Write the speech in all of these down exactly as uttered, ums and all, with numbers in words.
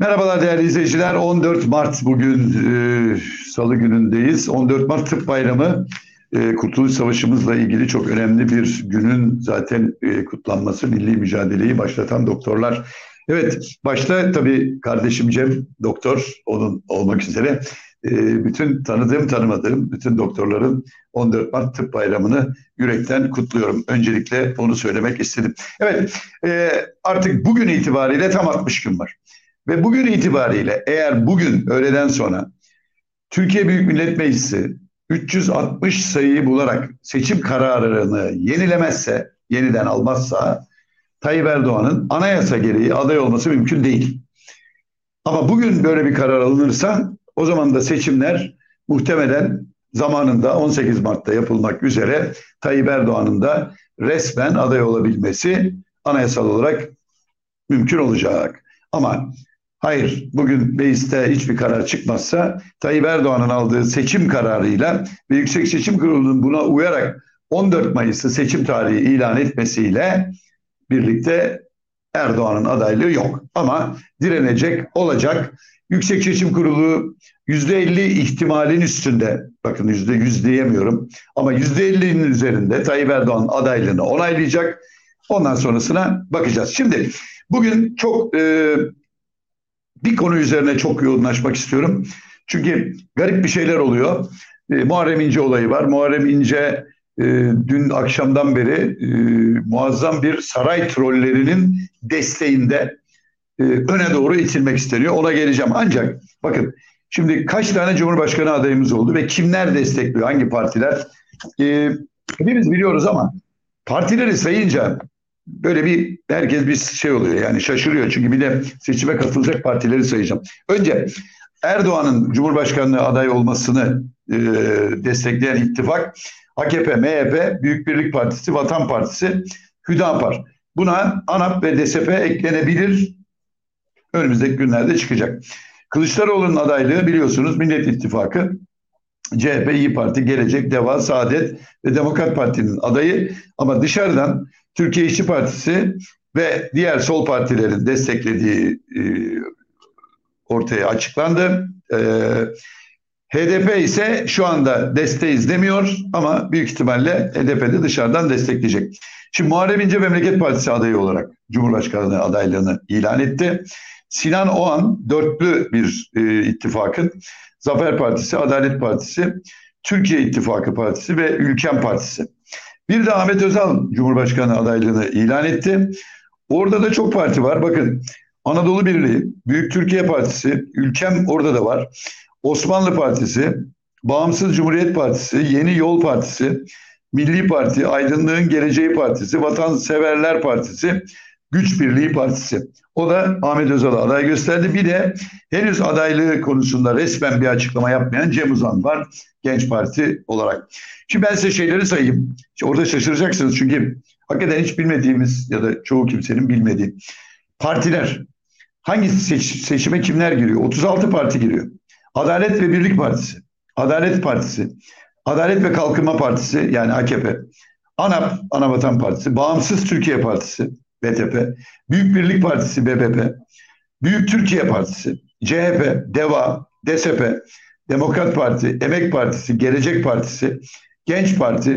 Merhabalar değerli izleyiciler. on dört Mart bugün e, Salı günündeyiz. on dört Mart Tıp Bayramı e, Kurtuluş Savaşımızla ilgili çok önemli bir günün zaten e, kutlanması, milli mücadeleyi başlatan doktorlar. Evet, başta tabii kardeşim Cem doktor, onun olmak üzere e, bütün tanıdığım tanımadığım bütün doktorların on dört Mart Tıp Bayramı'nı yürekten kutluyorum. Öncelikle onu söylemek istedim. Evet, e, artık bugün itibariyle tam altmış gün var. Ve bugün itibariyle eğer bugün öğleden sonra Türkiye Büyük Millet Meclisi üç yüz altmış sayıyı bularak seçim kararını yenilemezse, yeniden almazsa Tayyip Erdoğan'ın anayasa gereği aday olması mümkün değil. Ama bugün böyle bir karar alınırsa o zaman da seçimler muhtemelen zamanında on sekiz Mart'ta yapılmak üzere Tayyip Erdoğan'ın da resmen aday olabilmesi anayasal olarak mümkün olacak. Ama hayır, bugün mecliste hiçbir karar çıkmazsa Tayyip Erdoğan'ın aldığı seçim kararıyla ve Yüksek Seçim Kurulu'nun buna uyarak on dört Mayıs'ı seçim tarihi ilan etmesiyle birlikte Erdoğan'ın adaylığı yok. Ama direnecek, olacak. Yüksek Seçim Kurulu yüzde elli ihtimalin üstünde, bakın yüzde yüz diyemiyorum ama yüzde ellinin üzerinde Tayyip Erdoğan'ın adaylığını onaylayacak. Ondan sonrasına bakacağız. Şimdi bugün çok e, bir konu üzerine çok yoğunlaşmak istiyorum. Çünkü garip bir şeyler oluyor. E, Muharrem İnce olayı var. Muharrem İnce e, dün akşamdan beri e, muazzam bir saray trollerinin desteğinde e, öne doğru itilmek isteniyor. Ona geleceğim. Ancak bakın şimdi kaç tane Cumhurbaşkanı adayımız oldu ve kimler destekliyor? Hangi partiler? E, hepimiz biliyoruz ama partileri sayınca böyle bir herkes bir şey oluyor yani şaşırıyor çünkü bir de seçime katılacak partileri sayacağım. Önce Erdoğan'ın Cumhurbaşkanlığı aday olmasını e, destekleyen ittifak A K P, M H P, Büyük Birlik Partisi, Vatan Partisi, Hüdapar. Buna ANAP ve D S P eklenebilir. Önümüzdeki günlerde çıkacak. Kılıçdaroğlu'nun adaylığı biliyorsunuz Millet İttifakı. C H P, İyi Parti, Gelecek, Deva, Saadet ve Demokrat Parti'nin adayı ama dışarıdan Türkiye İşçi Partisi ve diğer sol partilerin desteklediği e, ortaya açıklandı. E, H D P ise şu anda desteği izlemiyor ama büyük ihtimalle H D P de dışarıdan destekleyecek. Şimdi Muharrem İnce Memleket Partisi adayı olarak Cumhurbaşkanlığı adaylığını ilan etti. Sinan Oğan dörtlü bir e, ittifakın Zafer Partisi, Adalet Partisi, Türkiye İttifakı Partisi ve Ülkem Partisi. Bir de Ahmet Özal Cumhurbaşkanı adaylığını ilan etti. Orada da çok parti var. Bakın Anadolu Birliği, Büyük Türkiye Partisi, Ülkem orada da var. Osmanlı Partisi, Bağımsız Cumhuriyet Partisi, Yeni Yol Partisi, Milli Parti, Aydınlığın Geleceği Partisi, Vatanseverler Partisi, Güç Birliği Partisi. O da Ahmet Özal'a aday gösterdi. Bir de henüz adaylığı konusunda resmen bir açıklama yapmayan Cem Uzan var Genç Parti olarak. Şimdi ben size şeyleri sayayım. Şimdi orada şaşıracaksınız çünkü hakikaten hiç bilmediğimiz ya da çoğu kimsenin bilmediği partiler. Hangi seç, seçime kimler giriyor? otuz altı parti giriyor. Adalet ve Birlik Partisi, Adalet Partisi, Adalet ve Kalkınma Partisi yani A K P, ANAP, Anavatan Partisi, Bağımsız Türkiye Partisi, B T P, Büyük Birlik Partisi, B B P, Büyük Türkiye Partisi, C H P, DEVA, D S P, Demokrat Parti, Emek Partisi, Gelecek Partisi, Genç Parti,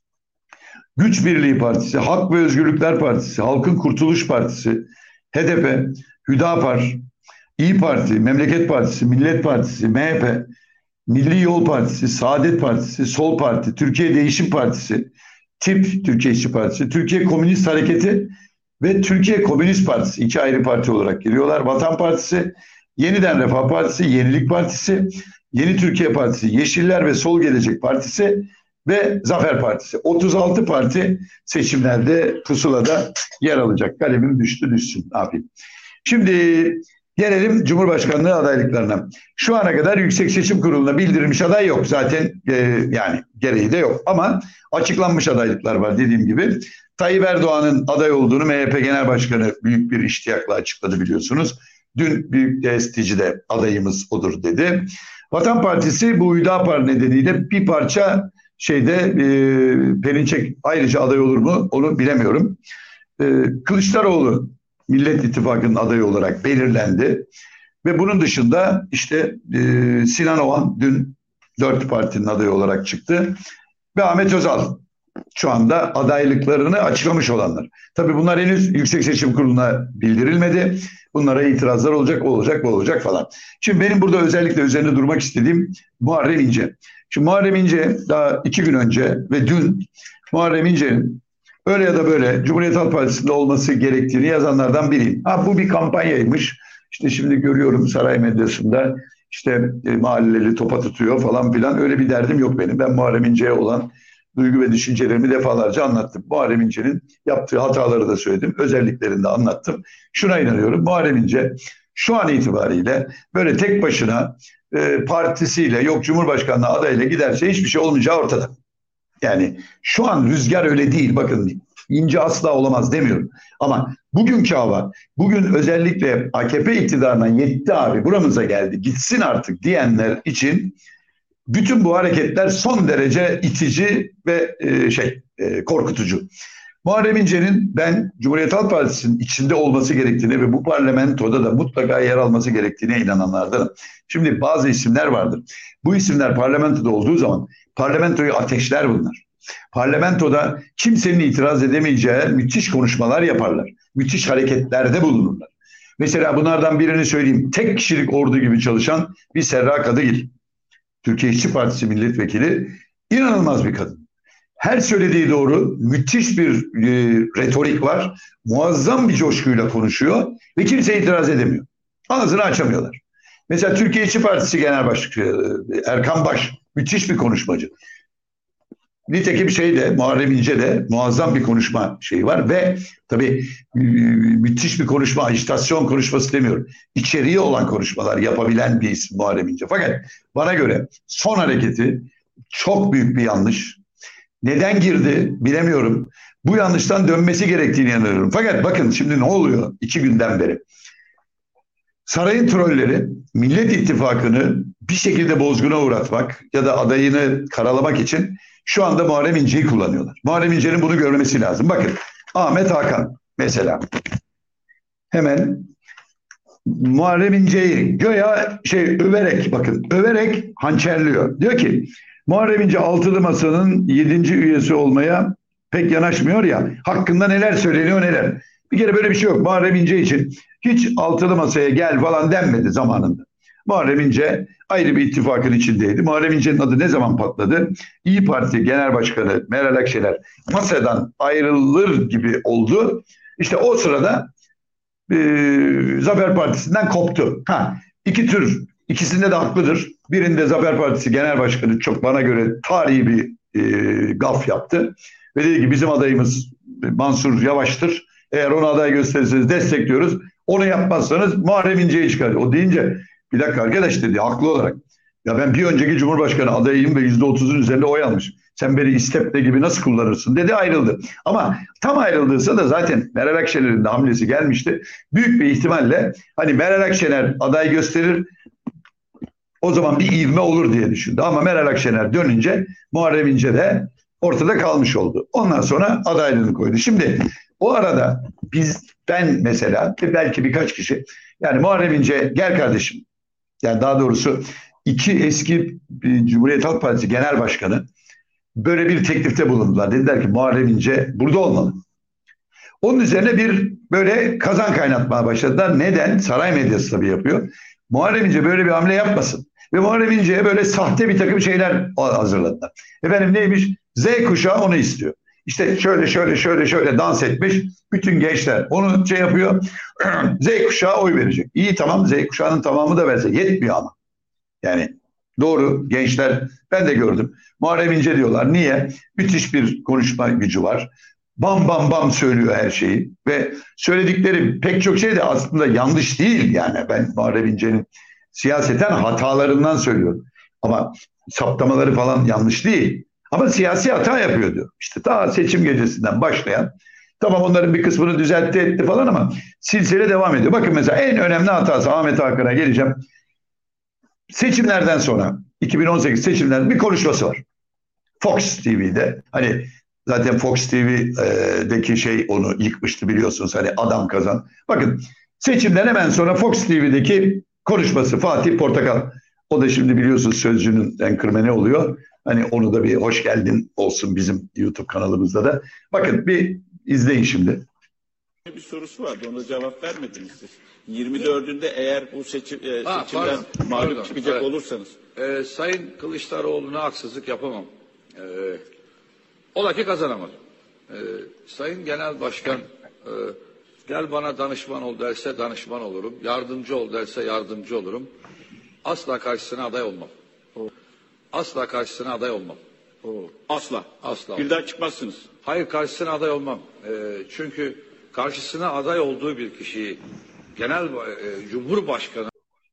Güç Birliği Partisi, Hak ve Özgürlükler Partisi, Halkın Kurtuluş Partisi, H D P, Hüdapar, İyi Parti, Memleket Partisi, Millet Partisi, M H P, Milli Yol Partisi, Saadet Partisi, Sol Parti, Türkiye Değişim Partisi, TİP, Türkiye İşçi Partisi, Türkiye Komünist Hareketi ve Türkiye Komünist Partisi iki ayrı parti olarak giriyorlar. Vatan Partisi, Yeniden Refah Partisi, Yenilik Partisi, Yeni Türkiye Partisi, Yeşiller ve Sol Gelecek Partisi ve Zafer Partisi. otuz altı parti seçimlerde pusulada yer alacak. Kalemim düştü düşsün. Ne yapayım? Şimdi gelelim Cumhurbaşkanlığı adaylıklarına. Şu ana kadar Yüksek Seçim Kurulu'na bildirilmiş aday yok. Zaten e, yani gereği de yok. Ama açıklanmış adaylıklar var dediğim gibi. Tayyip Erdoğan'ın aday olduğunu M H P Genel Başkanı büyük bir iştiyakla açıkladı biliyorsunuz. Dün Büyük D S T'de adayımız odur dedi. Vatan Partisi bu Hüdapar nedeniyle bir parça şeyde e, Perinçek ayrıca aday olur mu onu bilemiyorum. E, Kılıçdaroğlu Millet İttifakı'nın adayı olarak belirlendi. Ve bunun dışında işte e, Sinan Oğan dün dört partinin adayı olarak çıktı. Ve Ahmet Özal şu anda adaylıklarını açıklamış olanlar. Tabii bunlar henüz Yüksek Seçim Kurulu'na bildirilmedi. Bunlara itirazlar olacak, o olacak, bu olacak falan. Şimdi benim burada özellikle üzerinde durmak istediğim Muharrem İnce. Şimdi Muharrem İnce daha iki gün önce ve dün Muharrem İnce'nin öyle ya da böyle Cumhuriyet Halk Partisi'nde olması gerektiğini yazanlardan biriyim. Ha, bu bir kampanyaymış. İşte şimdi görüyorum saray medyasında işte e, mahalleleri topa tutuyor falan filan. Öyle bir derdim yok benim. Ben Muharrem İnce'ye olan duygu ve düşüncelerimi defalarca anlattım. Muharrem İnce'nin yaptığı hataları da söyledim. Özelliklerini de anlattım. Şuna inanıyorum. Muharrem İnce şu an itibariyle böyle tek başına e, partisiyle yok Cumhurbaşkanlığı adayıyla giderse hiçbir şey olmayacağı ortada. Yani şu an rüzgar öyle değil. Bakın İnce asla olamaz demiyorum. Ama bugünkü hava, bugün özellikle A K P iktidarına yetti abi buramıza geldi gitsin artık diyenler için bütün bu hareketler son derece itici ve e, şey e, korkutucu. Muharrem İnce'nin ben Cumhuriyet Halk Partisi'nin içinde olması gerektiğini ve bu parlamentoda da mutlaka yer alması gerektiğine inananlardanım. Şimdi bazı isimler vardır. Bu isimler parlamentoda olduğu zaman parlamentoyu ateşler bunlar. Parlamentoda kimsenin itiraz edemeyeceği müthiş konuşmalar yaparlar. Müthiş hareketlerde bulunurlar. Mesela bunlardan birini söyleyeyim. Tek kişilik ordu gibi çalışan bir Serra Kadıgil. Türkiye İşçi Partisi milletvekili, inanılmaz bir kadın. Her söylediği doğru, müthiş bir e, retorik var. Muazzam bir coşkuyla konuşuyor ve kimse itiraz edemiyor. Ağzını açamıyorlar. Mesela Türkiye İşçi Partisi Genel Başkanı Erkan Baş, müthiş bir konuşmacı. Nitekim şey de Muharrem İnce de muazzam bir konuşma şeyi var ve tabii müthiş bir konuşma, ajitasyon konuşması demiyorum. İçeriği olan konuşmalar yapabilen bir isim Muharrem İnce. Fakat bana göre son hareketi çok büyük bir yanlış. Neden girdi bilemiyorum. Bu yanlıştan dönmesi gerektiğini inanıyorum. Fakat bakın şimdi ne oluyor iki günden beri. Sarayın trolleri Millet İttifakı'nı bir şekilde bozguna uğratmak ya da adayını karalamak için şu anda Muharrem İnce'yi kullanıyorlar. Muharrem İnce'nin bunu görmesi lazım. Bakın Ahmet Hakan mesela hemen Muharrem İnce'yi göya şey överek bakın överek hançerliyor. Diyor ki Muharrem İnce altılı masanın yedinci üyesi olmaya pek yanaşmıyor ya hakkında neler söyleniyor neler. Bir kere böyle bir şey yok. Muharrem İnce için hiç altılı masaya gel falan denmedi zamanında. Muharrem İnce ayrı bir ittifakın içindeydi. Muharrem İnce'nin adı ne zaman patladı? İyi Parti Genel Başkanı Meral Akşener masadan ayrılır gibi oldu. İşte o sırada e, Zafer Partisi'nden koptu. Ha, iki tür, ikisinde de haklıdır. Birinde Zafer Partisi Genel Başkanı çok bana göre tarihi bir e, gaf yaptı. Ve dedi ki bizim adayımız Mansur Yavaş'tır. Eğer onu aday gösterirseniz destekliyoruz. Onu yapmazsanız Muharrem İnce'yi çıkar. O deyince bir dakika arkadaş dedi haklı olarak. Ya ben bir önceki Cumhurbaşkanı adayıyım ve yüzde otuzun üzerinde oy almış. Sen beni istepne gibi nasıl kullanırsın dedi ayrıldı. Ama tam ayrıldıysa da zaten Meral Akşener'in de hamlesi gelmişti. Büyük bir ihtimalle hani Meral Akşener aday gösterir o zaman bir ivme olur diye düşündü. Ama Meral Akşener dönünce Muharrem İnce de ortada kalmış oldu. Ondan sonra adaylığını koydu. Şimdi o arada biz ben mesela ve belki birkaç kişi yani Muharrem İnce gel kardeşim yani daha doğrusu iki eski Cumhuriyet Halk Partisi Genel Başkanı böyle bir teklifte bulundular. Dediler ki Muharrem İnce burada olmalı. Onun üzerine bir böyle kazan kaynatmaya başladılar. Neden? Saray medyası tabii yapıyor. Muharrem İnce böyle bir hamle yapmasın. Ve Muharrem İnce'ye böyle sahte bir takım şeyler hazırladılar. Efendim neymiş? Z kuşağı onu istiyor. İşte şöyle şöyle şöyle şöyle dans etmiş. Bütün gençler onu şey yapıyor. Z kuşağı oy verecek. İyi tamam Z kuşağının tamamı da verse yetmiyor ama. Yani doğru gençler ben de gördüm. Muharrem İnce diyorlar. Niye? Müthiş bir konuşma gücü var. Bam bam bam söylüyor her şeyi. Ve söyledikleri pek çok şey de aslında yanlış değil. Yani ben Muharrem İnce'nin siyaseten hatalarından söylüyorum. Ama saptamaları falan yanlış değil. Ama siyasi hata yapıyor diyor. İşte daha seçim gecesinden başlayan tamam onların bir kısmını düzeltti etti falan ama silsile devam ediyor. Bakın mesela en önemli hatası Ahmet Hakan'a geleceğim. Seçimlerden sonra iki bin on sekiz seçimlerinde bir konuşması var. Fox T V'de hani zaten Fox T V'deki şey onu yıkmıştı biliyorsunuz hani adam kazan. Bakın seçimden hemen sonra Fox T V'deki konuşması Fatih Portakal. O da şimdi biliyorsunuz Sözcü'nün enkırmeni oluyor. Hani onu da bir hoş geldin olsun bizim YouTube kanalımızda da. Bakın bir izleyin şimdi. Bir sorusu vardı, ona cevap vermediniz siz. yirmi dördünde eğer bu seçim, e, ha, seçimden pardon, mağlup pardon, çıkacak evet. olursanız. Ee, Sayın Kılıçdaroğlu'na haksızlık yapamam. Ee, o da ki kazanamadı. Ee, Sayın Genel Başkan e, gel bana danışman ol derse danışman olurum. Yardımcı ol derse yardımcı olurum. Asla karşısına aday olmam. O. Asla karşısına aday olmam. O. Asla. Asla. Bir daha çıkmazsınız. Hayır, karşısına aday olmam. Ee, çünkü karşısına aday olduğu bir kişiyi genel e, Cumhurbaşkanı.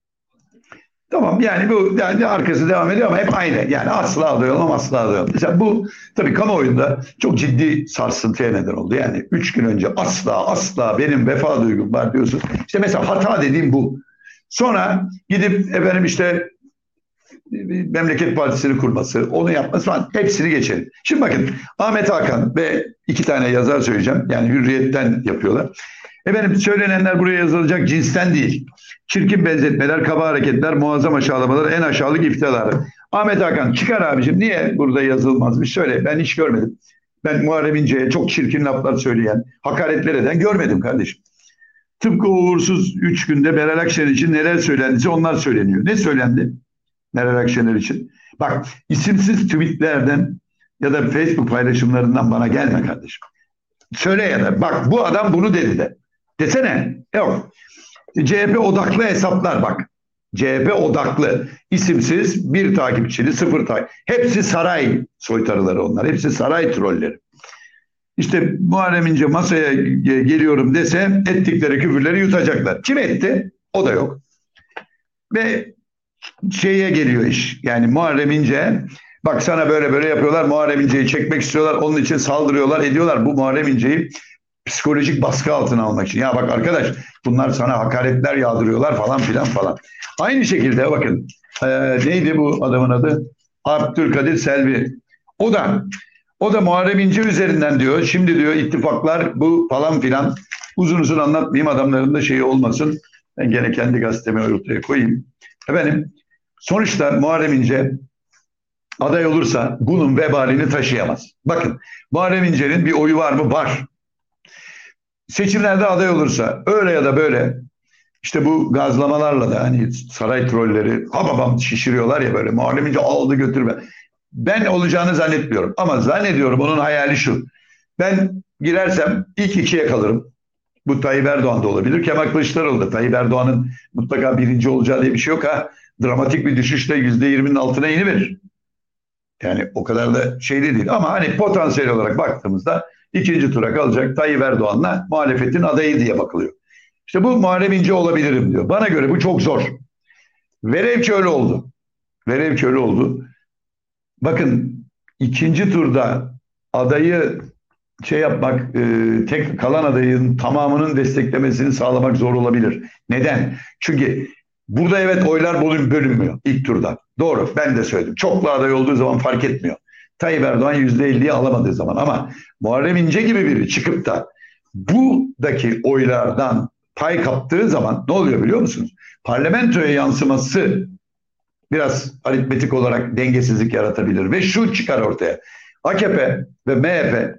Tamam, yani bu yani arkası devam ediyor ama hep aynı. Yani asla aday olmam, asla aday olmam. Mesela bu tabii kamuoyunda çok ciddi sarsıntıya neden oldu. Yani üç gün önce asla asla benim vefa duygum var diyorsun. İşte mesela hata dediğim bu. Sonra gidip efendim işte Memleket Partisi'ni kurması, onu yapması falan, hepsini geçelim. Şimdi bakın, Ahmet Hakan ve iki tane yazar söyleyeceğim. Yani Hürriyet'ten yapıyorlar. Efendim söylenenler buraya yazılacak cinsten değil. Çirkin benzetmeler, kaba hareketler, muazzam aşağılamalar, en aşağılık iftiraları. Ahmet Hakan çıkar abicim, niye burada yazılmazmış? Söyle, ben hiç görmedim. Ben Muharrem İnce'ye çok çirkin laflar söyleyen, hakaretler eden görmedim kardeşim. Tıpkı o uğursuz üç günde Meral Akşener için neler söylendiyse onlar söyleniyor. Ne söylendi Meral Akşener için? Bak, isimsiz tweetlerden ya da Facebook paylaşımlarından bana gelme kardeşim. Söyle ya da bak bu adam bunu dedi de. Desene. Yok. C H P odaklı hesaplar bak. C H P odaklı, isimsiz, bir takipçili, sıfır takip. Hepsi saray soytarıları onlar. Hepsi saray trolleri. İşte Muharrem İnce masaya geliyorum dese ettikleri küfürleri yutacaklar. Kim etti? O da yok. Ve şeye geliyor iş. Yani Muharrem İnce, bak sana böyle böyle yapıyorlar. Muharrem İnce'yi çekmek istiyorlar. Onun için saldırıyorlar, ediyorlar. Bu Muharrem İnce'yi psikolojik baskı altına almak için. Ya bak arkadaş, bunlar sana hakaretler yağdırıyorlar falan filan falan. Aynı şekilde bakın e, neydi bu adamın adı? Abdülkadir Selvi. O da o da Muharrem İnce üzerinden diyor. Şimdi diyor ittifaklar bu falan filan. Uzun uzun anlatmayayım, adamların da şeyi olmasın. Ben gene kendi gazetemi ortaya koyayım. Efendim, sonuçta Muharrem İnce aday olursa bunun vebalini taşıyamaz. Bakın, Muharrem İnce'nin bir oyu var mı? Var. Seçimlerde aday olursa öyle ya da böyle, işte bu gazlamalarla da hani saray trolleri hababam şişiriyorlar ya, böyle Muharrem İnce aldı götürme. Ben olacağını zannetmiyorum ama zannediyorum onun hayali şu: ben girersem ilk ikiye kalırım. Bu Tayyip Erdoğan da olabilir, Kemal Kılıçdaroğlu da. Tayyip Erdoğan'ın mutlaka birinci olacağı diye bir şey yok ha. Dramatik bir düşüşle yüzde yirminin altına iniverir. Yani o kadar da şey de değil ama hani potansiyel olarak baktığımızda ikinci tura kalacak Tayyip Erdoğan'la muhalefetin adayı diye bakılıyor. İşte bu Muharrem İnce olabilirim diyor. Bana göre bu çok zor. Velev ki öyle oldu. Velev ki öyle oldu. Bakın, ikinci turda adayı şey yapmak, e, tek kalan adayın tamamının desteklemesini sağlamak zor olabilir. Neden? Çünkü burada evet oylar bölünmüyor ilk turda. Doğru, ben de söyledim. Çoklu aday olduğu zaman fark etmiyor. Tayyip Erdoğan yüzde elliyi alamadığı zaman, ama Muharrem İnce gibi biri çıkıp da buradaki oylardan pay kaptığı zaman ne oluyor biliyor musunuz? Parlamentoya yansıması biraz aritmetik olarak dengesizlik yaratabilir ve şu çıkar ortaya: A K P ve M H P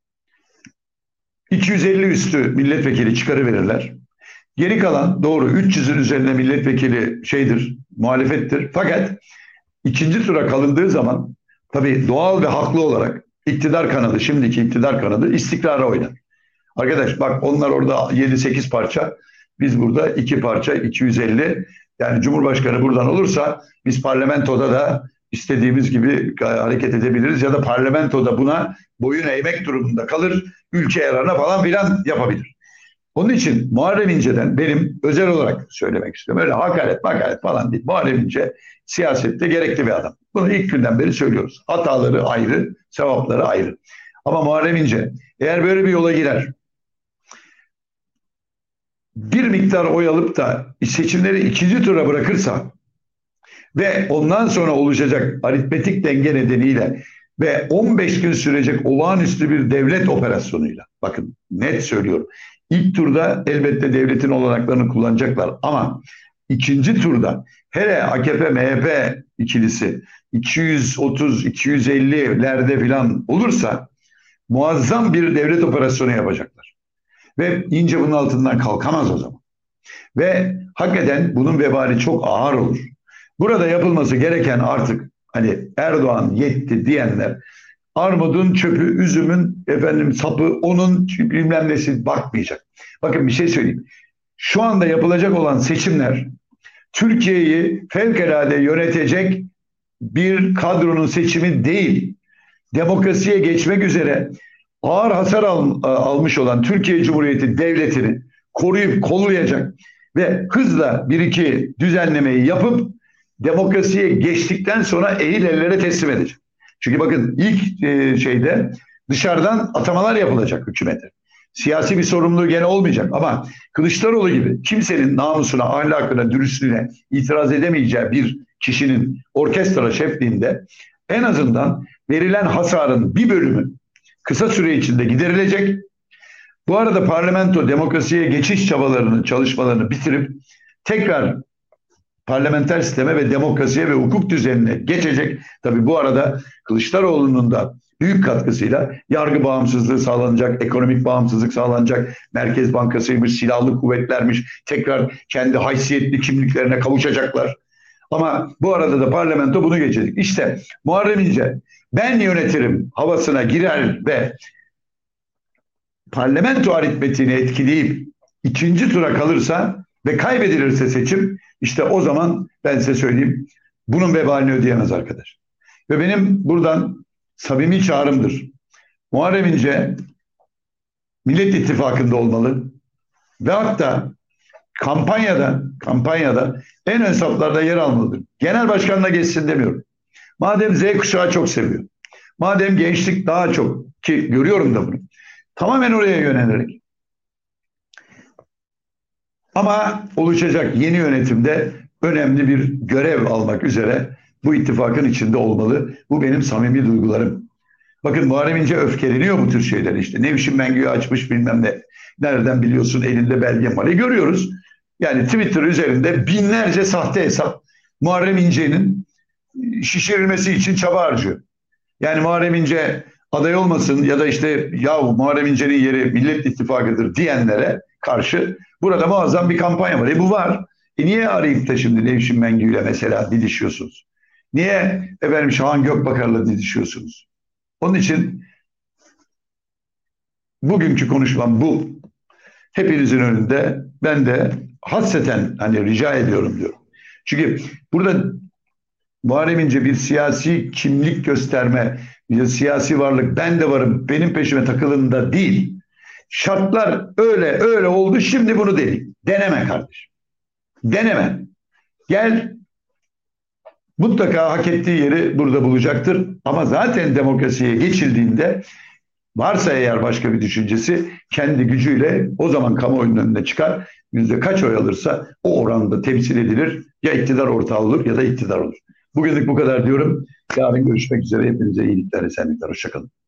iki yüz elli üstü milletvekili çıkarıverirler. Geri kalan, doğru, üç yüzün üzerinde milletvekili şeydir, muhalefettir. Fakat ikinci tura kalındığı zaman tabii doğal ve haklı olarak iktidar kanadı, şimdiki iktidar kanadı istikrara oynar. Arkadaş bak, onlar orada yedi sekiz parça, biz burada iki parça, iki yüz elli. Yani Cumhurbaşkanı buradan olursa biz parlamentoda da istediğimiz gibi hareket edebiliriz ya da parlamentoda buna boyun eğmek durumunda kalır, ülke yararına falan filan yapabilir. Onun için Muharrem İnce'den benim özel olarak söylemek istiyorum. Öyle hakaret hakaret falan değil. Muharrem İnce siyasette gerekli bir adam. Bunu ilk günden beri söylüyoruz. Hataları ayrı, sevapları ayrı. Ama Muharrem İnce eğer böyle bir yola girer, bir miktar oy alıp da seçimleri ikinci tura bırakırsa ve ondan sonra oluşacak aritmetik denge nedeniyle ve on beş gün sürecek olağanüstü bir devlet operasyonuyla, bakın net söylüyorum, ilk turda elbette devletin olanaklarını kullanacaklar ama ikinci turda hele A K P M H P ikilisi iki yüz otuz iki yüz ellilerde falan olursa muazzam bir devlet operasyonu yapacaklar. Ve İnce bunun altından kalkamaz o zaman. Ve hakikaten bunun vebali çok ağır olur. Burada yapılması gereken artık hani Erdoğan yetti diyenler armudun çöpü, üzümün efendim sapı, onun bilmem nesi bakmayacak. Bakın bir şey söyleyeyim. Şu anda yapılacak olan seçimler Türkiye'yi fevkalade yönetecek bir kadronun seçimi değil. Demokrasiye geçmek üzere ağır hasar al, almış olan Türkiye Cumhuriyeti Devleti'ni koruyup kollayacak ve hızla bir iki düzenlemeyi yapıp demokrasiye geçtikten sonra ehil ellere teslim edecek. Çünkü bakın ilk e, şeyde dışarıdan atamalar yapılacak hükümete. Siyasi bir sorumluluğu gene olmayacak ama Kılıçdaroğlu gibi kimsenin namusuna, ahlakına, dürüstlüğüne itiraz edemeyeceği bir kişinin orkestra şefliğinde en azından verilen hasarın bir bölümü kısa süre içinde giderilecek. Bu arada parlamento demokrasiye geçiş çabalarını, çalışmalarını bitirip tekrar parlamenter sisteme ve demokrasiye ve hukuk düzenine geçecek. Tabii bu arada Kılıçdaroğlu'nun da büyük katkısıyla yargı bağımsızlığı sağlanacak, ekonomik bağımsızlık sağlanacak, Merkez Bankası'ymış, silahlı kuvvetlermiş, tekrar kendi haysiyetli kimliklerine kavuşacaklar. Ama bu arada da parlamento bunu geçecek. İşte Muharrem İnce ben yönetirim havasına girer ve parlamento aritmetiğini etkileyip ikinci tura kalırsa ve kaybedilirse seçim, işte o zaman ben size söyleyeyim bunun vebalini ödeyemez arkadaş. Ve benim buradan samimi çağrımdır. Muharrem İnce Millet İttifakı'nda olmalı ve hatta kampanyada kampanyada en ön saflarda yer almalıdır. Genel başkanla geçsin demiyorum. Madem Z kuşağı çok seviyor. Madem gençlik daha çok, ki görüyorum da bunu. Tamamen oraya yönelerek. Ama oluşacak yeni yönetimde önemli bir görev almak üzere bu ittifakın içinde olmalı. Bu benim samimi duygularım. Bakın Muharrem İnce öfkeleniyor bu tür şeyler işte. Nevşin Mengü'yü açmış bilmem ne. Nereden biliyorsun elinde belge var. E görüyoruz. Yani Twitter üzerinde binlerce sahte hesap Muharrem İnce'nin şişirilmesi için çaba harcıyor. Yani Muharrem İnce aday olmasın ya da işte ya Muharrem İnce'nin yeri Millet İttifakı'dır diyenlere karşı burada muazzam bir kampanya var. E bu var. E niye arayıp da şimdi Nevşin Mengü'yle mesela didişiyorsunuz? Niye efendim Şahan Gökbakar'la didişiyorsunuz? Onun için bugünkü konuşmam bu. Hepinizin önünde ben de hasreten hani rica ediyorum diyorum. Çünkü burada Muharrem İnce bir siyasi kimlik gösterme, bir siyasi varlık ben de varım benim peşime takılın da değil. Şartlar öyle öyle oldu şimdi bunu değil. Deneme kardeşim. Deneme. Gel mutlaka hak ettiği yeri burada bulacaktır. Ama zaten demokrasiye geçildiğinde varsa eğer başka bir düşüncesi kendi gücüyle o zaman kamuoyunun önüne çıkar. Yüzde kaç oy alırsa o oranda temsil edilir. Ya iktidar ortağı olur ya da iktidar olur. Bugünlük bu kadar diyorum. Yarın görüşmek üzere. Hepinize iyilikler, esenlikler. Hoşçakalın.